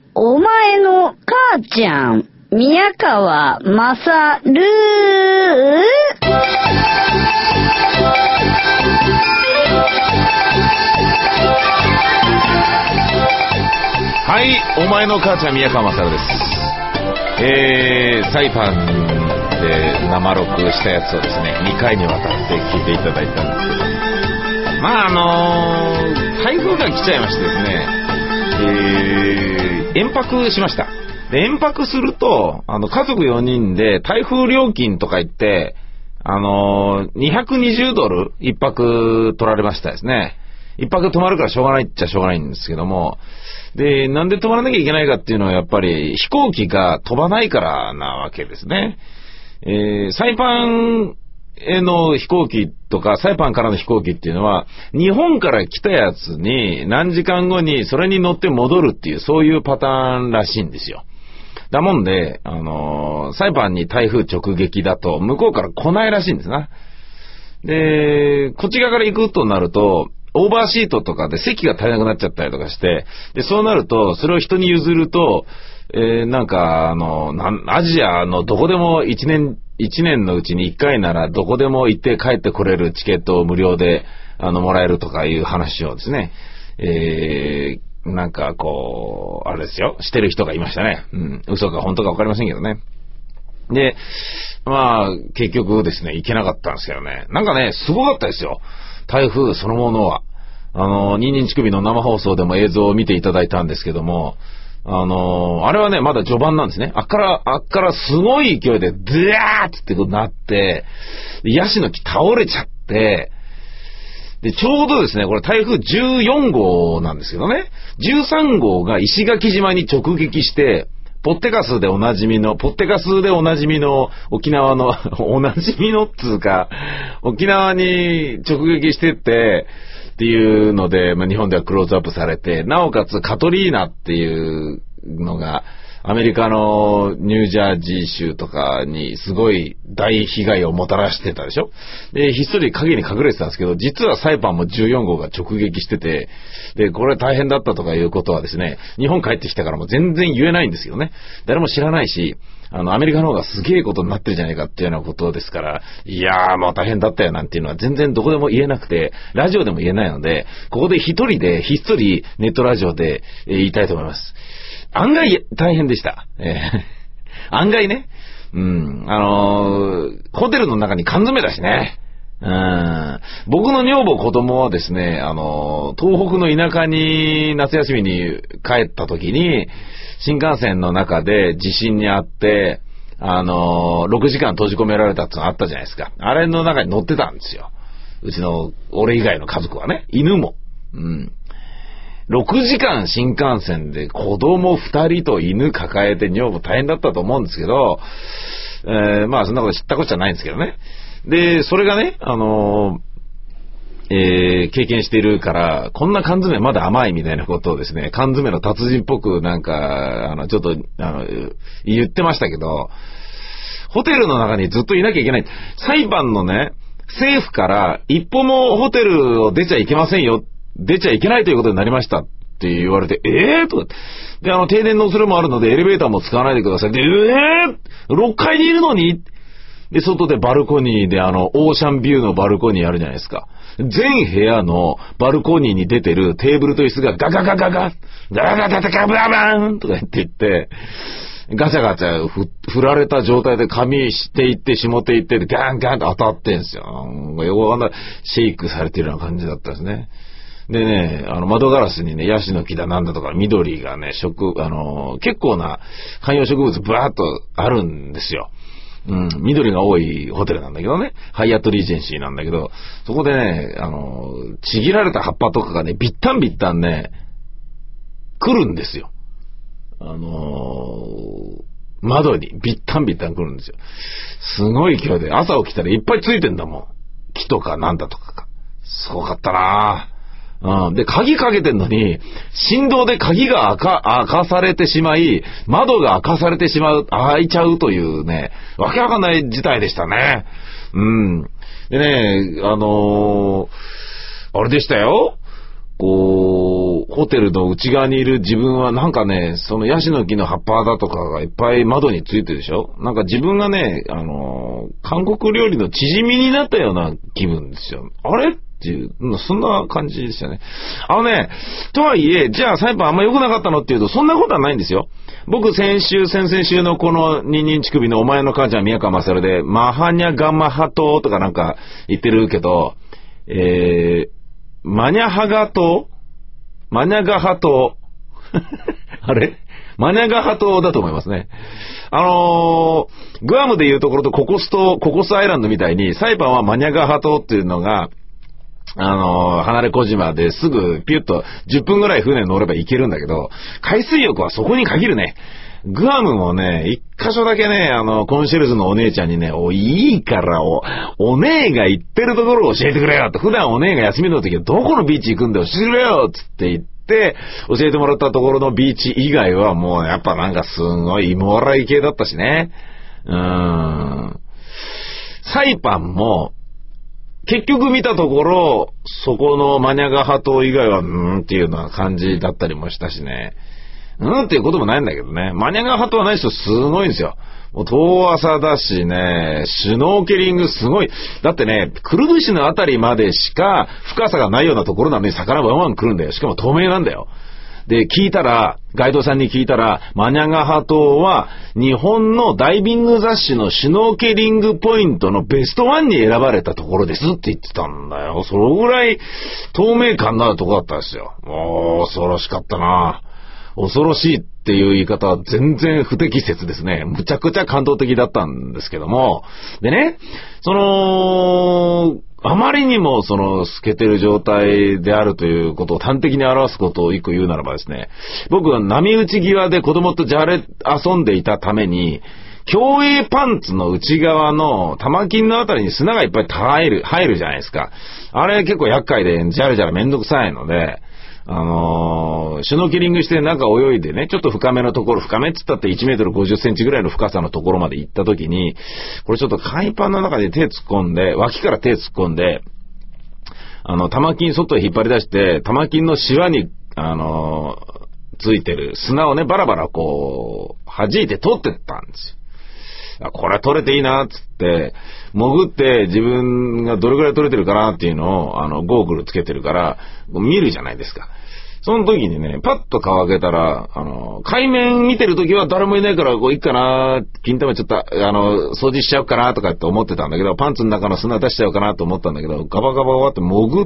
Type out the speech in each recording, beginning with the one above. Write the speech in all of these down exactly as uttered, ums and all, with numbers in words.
お前の母ちゃん、宮川まさる。 はい、お前の母ちゃん、宮川まさるです。えー、サイパンで生録したやつをですね、にかいにわたって聞いていただいたんですけど、まああのー、台風が来ちゃいましてですね、えー、延泊しました。で、延泊すると、あの、家族よにんで台風料金とか言って、あのー、にひゃくにじゅうドル一泊取られましたですね。一泊泊まるからしょうがないっちゃしょうがないんですけども、で、なんで泊まらなきゃいけないかっていうのはやっぱり飛行機が飛ばないからなわけですね。えー、サイパンへの飛行機とか、サイパンからの飛行機っていうのは、日本から来たやつに何時間後にそれに乗って戻るっていう、そういうパターンらしいんですよ。だもんで、あのー、サイパンに台風直撃だと、向こうから来ないらしいんですな。で、こっち側から行くとなると、オーバーシートとかで席が足りなくなっちゃったりとかして、で、そうなると、それを人に譲ると、えー、なんか、あの、なん、アジアのどこでも一年、一年のうちに一回ならどこでも行って帰ってこれるチケットを無料で、あの、もらえるとかいう話をですね、えー、なんかこう、あれですよ、してる人がいましたね。うん、嘘か本当かわかりませんけどね。で、まあ、結局ですね、行けなかったんですけどね。なんかね、すごかったですよ。台風そのものは。あの、ニンニン乳首の生放送でも映像を見ていただいたんですけども、あの、あれはね、まだ序盤なんですね。あっから、あっからすごい勢いで、ドゥーッってなって、ヤシの木倒れちゃって、で、ちょうどですね、これ台風じゅうよん号なんですけどね、じゅうさん号が石垣島に直撃して、ポッテガスでおなじみの、ポッテガスでおなじみの沖縄の、おなじみのっつうか、沖縄に直撃してって、っていうので、まあ、日本ではクローズアップされて、なおかつカトリーナっていうのが、アメリカのニュージャージー州とかにすごい大被害をもたらしてたでしょ。で、ひっそり影に隠れてたんですけど、実はサイパンもじゅうよん号が直撃してて、で、これ大変だったとかいうことはですね、日本帰ってきたからも全然言えないんですよね。誰も知らないし、あの、アメリカの方がすげえことになってるじゃないかっていうようなことですから、いやーもう大変だったよなんていうのは全然どこでも言えなくて、ラジオでも言えないので、ここで一人でひっそりネットラジオで言いたいと思います。案外大変でした。えー、案外ね。うん。あのー、ホテルの中に缶詰だしね。うん。僕の女房子供はですね、あのー、東北の田舎に夏休みに帰った時に、新幹線の中で地震にあって、あのー、ろくじかん閉じ込められたってのあったじゃないですか。あれの中に乗ってたんですよ。うちの、俺以外の家族はね。犬も。うん。ろくじかん新幹線で子供ふたりと犬抱えて女房大変だったと思うんですけど、えー、まあそんなこと知ったことじゃないんですけどね。で、それがね、あのー、えー、経験しているから、こんな缶詰まだ甘いみたいなことをですね、缶詰の達人っぽくなんか、あの、ちょっと、あの、言ってましたけど、ホテルの中にずっといなきゃいけない。裁判のね、政府から一歩もホテルを出ちゃいけませんよ。出ちゃいけないということになりましたって言われて、えーとか。で、あの、停電の恐れもあるので、エレベーターも使わないでください。で、えー !ろっ 階にいるのにで、外でバルコニーで、あの、オーシャンビューのバルコニーあるじゃないですか。全部屋のバルコニーに出てるテーブルと椅子がガガガガガガガガガガガババーンとか言って言って、ガチャガチャふ振られた状態で紙していって下手いってガンガンと当たってんすよ。よくわかんない。シェイクされてるような感じだったですね。でね、あの、窓ガラスにね、ヤシの木だなんだとか緑がね、植、あの、結構な観葉植物ブワーっとあるんですよ。うん、緑が多いホテルなんだけどね、ハイアットリージェンシーなんだけど、そこでね、あの、ちぎられた葉っぱとかがね、ビッタンビッタンね、来るんですよ。あのー、窓にビッタンビッタン来るんですよ。すごい勢いで、朝起きたらいっぱいついてんだもん。木とかなんだとか。すごかったなぁ。うん。で、鍵かけてんのに、振動で鍵が開か、開かされてしまい、窓が開かされてしまう、開いちゃうというね、わけわかんない事態でしたね。うん。でね、あのー、あれでしたよ。こう、 ホテルの内側にいる自分はなんかね、そのヤシの木の葉っぱだとかがいっぱい窓についてるでしょ。なんか自分がね、あのー、韓国料理の縮みになったような気分ですよ。あれっていう、そんな感じでしたね。あのね、とはいえ、じゃあサイパンあんま良くなかったのっていうと、そんなことはないんですよ。僕先週、先々週のこのニンニン乳首のお前の母ちゃん宮川勝で、マハニャガマハ島とかなんか言ってるけど、えー、マニャハガ島マニャガハ島あれマニャガハ島だと思いますね。あのー、グアムでいうところとココス島、ココスアイランドみたいに、サイパンはマニャガハ島っていうのが、あのー、離れ小島ですぐピュッとじゅっぷんぐらい船乗れば行けるんだけど、海水浴はそこに限るね。グアムもね、一箇所だけね、あの、コンシェルジュのお姉ちゃんにね、お、いいからお、お姉が行ってるところを教えてくれよって、普段お姉が休みの時はどこのビーチ行くんだよ、教えてくれよつって言って、教えてもらったところのビーチ以外はもうやっぱなんかすごい芋洗い系だったしね。うーん。サイパンも、結局見たところ、そこのマニャガハ島以外は、うーんっていうような感じだったりもしたしね。うんっていうこともないんだけどね。マニャガハ島はない人すごいんですよ。もう遠浅だしね、シュノーケリングすごい。だってね、くるぶしのあたりまでしか深さがないようなところなのに魚ワンワン来るんだよ。しかも透明なんだよ。で、聞いたら、ガイドさんに聞いたら、マニャガハ島は日本のダイビング雑誌のシュノーケリングポイントのベストワンに選ばれたところですって言ってたんだよ。そのぐらい透明感のあるところだったんですよ。もう恐ろしかったな。恐ろしいっていう言い方は全然不適切ですね。むちゃくちゃ感動的だったんですけども。でね、その、あまりにもその透けてる状態であるということを端的に表すことを一個言うならばですね、僕は波打ち際で子供とじゃれ遊んでいたために、競泳パンツの内側の玉金のあたりに砂がいっぱい入る、入るじゃないですか。あれ結構厄介でじゃれじゃれめんどくさいので、あのー、シュノーケリングして中泳いでね、ちょっと深めのところ、深めっつったっていちメートルごじゅっセンチぐらいの深さのところまで行った時に、これちょっと海パンの中で手突っ込んで、脇から手突っ込んで、あの、玉金外へ引っ張り出して、玉金のシワに、あのー、ついてる砂をね、バラバラこう、弾いて取ってったんですよ。これは取れていいなっつって、潜って自分がどれくらい取れてるかなっていうのを、あの、ゴーグルつけてるから、見るじゃないですか。その時にね、パッと顔開けたら、あの、海面見てる時は誰もいないから、こういいかな、金玉ちょっと、あの、掃除しちゃうかなとかって思ってたんだけど、パンツの中の砂出しちゃうかなと思ったんだけど、ガバガバガバって潜って、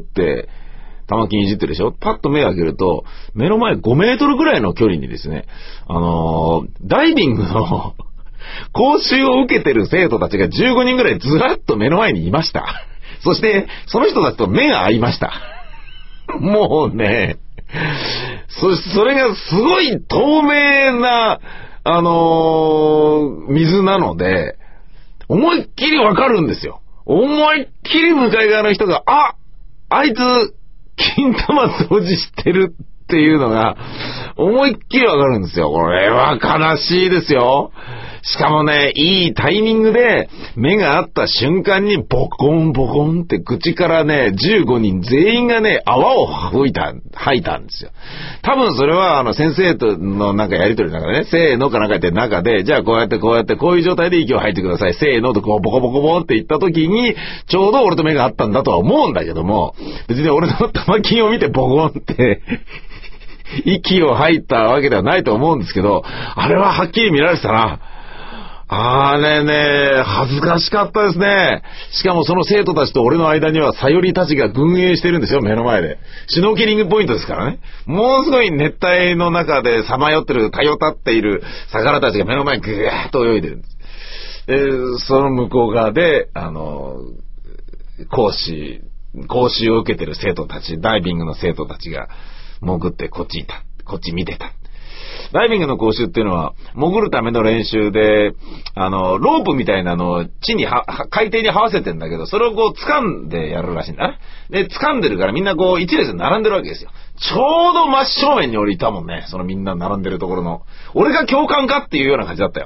玉金いじってるでしょ。パッと目を開けると、目の前ごメートルぐらいの距離にですね、あの、ダイビングの、講習を受けてる生徒たちがじゅうごにんぐらいずらっと目の前にいました。そして、その人たちと目が合いました。もうね、そ、それがすごい透明な、あのー、水なので、思いっきりわかるんですよ。思いっきり向かい側の人が、あ、あいつ、金玉掃除してるっていうのが、思いっきりわかるんですよ。これは悲しいですよ。しかもね、いいタイミングで目が合った瞬間にボコンボコンって口からね、じゅうごにん全員がね、泡を吹いた、吐いたんですよ。多分それはあの先生とのなんかやりとりの中でね、せーのかなんか言って中で、じゃあこうやってこうやってこういう状態で息を吐いてください。せーのとこうボコボコボコって言った時に、ちょうど俺と目が合ったんだとは思うんだけども、別に俺の玉金を見てボコンって息を吐いたわけではないと思うんですけど、あれははっきり見られてたな。あれね、恥ずかしかったですね。しかもその生徒たちと俺の間にはサヨリたちが群営してるんですよ、目の前で。シュノーケリングポイントですからね。ものすごい熱帯の中でさまよってる、たよたっている魚たちが目の前にぐーっと泳いでるんです。で、その向こう側で、あの、講師、講習を受けてる生徒たち、ダイビングの生徒たちが潜ってこっちいた。こっち見てた。ダイビングの講習っていうのは、潜るための練習で、あの、ロープみたいなのを地には、海底に這わせてんだけど、それをこう掴んでやるらしいんだね。で、掴んでるからみんなこう一列で並んでるわけですよ。ちょうど真正面に俺いたもんね。そのみんな並んでるところの。俺が教官かっていうような感じだったよ。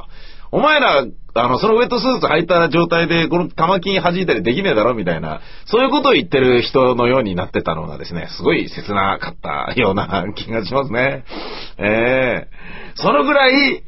お前ら、あの、そのウェットスーツ履いた状態で、この玉金弾いたりできねえだろみたいな、そういうことを言ってる人のようになってたのがですね、すごい切なかったような気がしますね。えー、そのぐらい、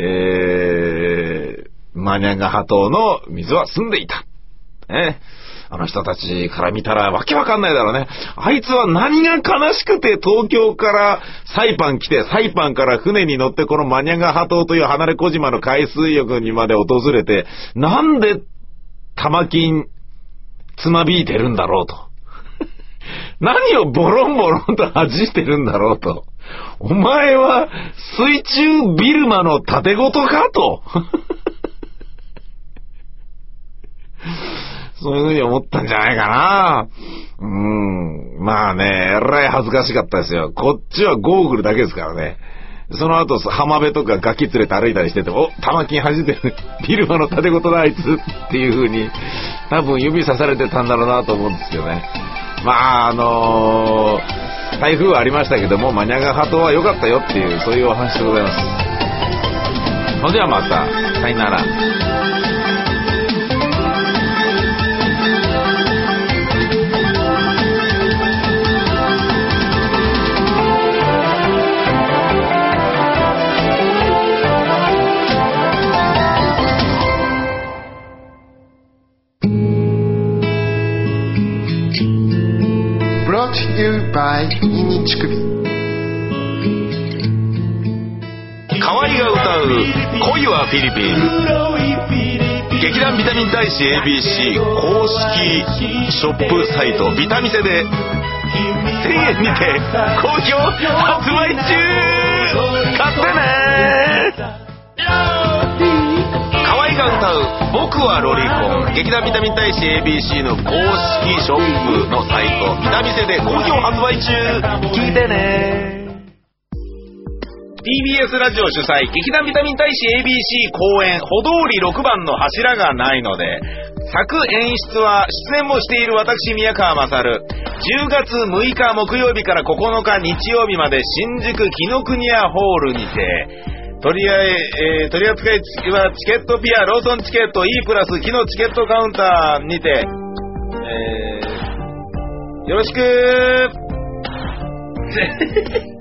えー、マニャンガハ島の水は澄んでいた。ね。あの人たちから見たらわけわかんないだろうね。あいつは何が悲しくて東京からサイパン来て、サイパンから船に乗ってこのマニャンガハ島という離れ小島の海水浴にまで訪れて、なんで玉金つまびいてるんだろうと。何をボロンボロンと弾いてるんだろうと。お前は水中ビルマの盾ごとかと。そういうふうに思ったんじゃないかな。うーん。まあね、えらい恥ずかしかったですよ。こっちはゴーグルだけですからね。その後、浜辺とかガキ連れて歩いたりしてて、お、玉金弾いてる。ビルマの盾ごとだあいつっていうふうに、多分指さされてたんだろうなと思うんですけどね。まあ、あのー、台風はありましたけども、マニャンガハ島は良かったよっていう、そういうお話でございます。それではまた、さよなら。 Brought to you by ニンニン乳首。 河合が歌う恋はフィリピン。劇団ビタミン大使 エービーシー 公式ショップサイトビタミセでせんえんにて好評発売中。買ってね。河合が歌う僕はロリコン、劇団ビタミン大使 エービーシー の公式ショップのサイトビタミセで好評発売中。聞いてね。ティービーエス ラジオ主催劇団ビタミン大使 エービーシー 公演歩通りろくばんの柱がないので、作演出は出演もしている私宮川勝。じゅうがつむいか木曜日からここのか日曜日まで新宿紀ノ国屋ホールにて、取りあえ、えー、取り扱いはチケットピア、ローソンチケット E プラス木のチケットカウンターにて、えー、よろしくー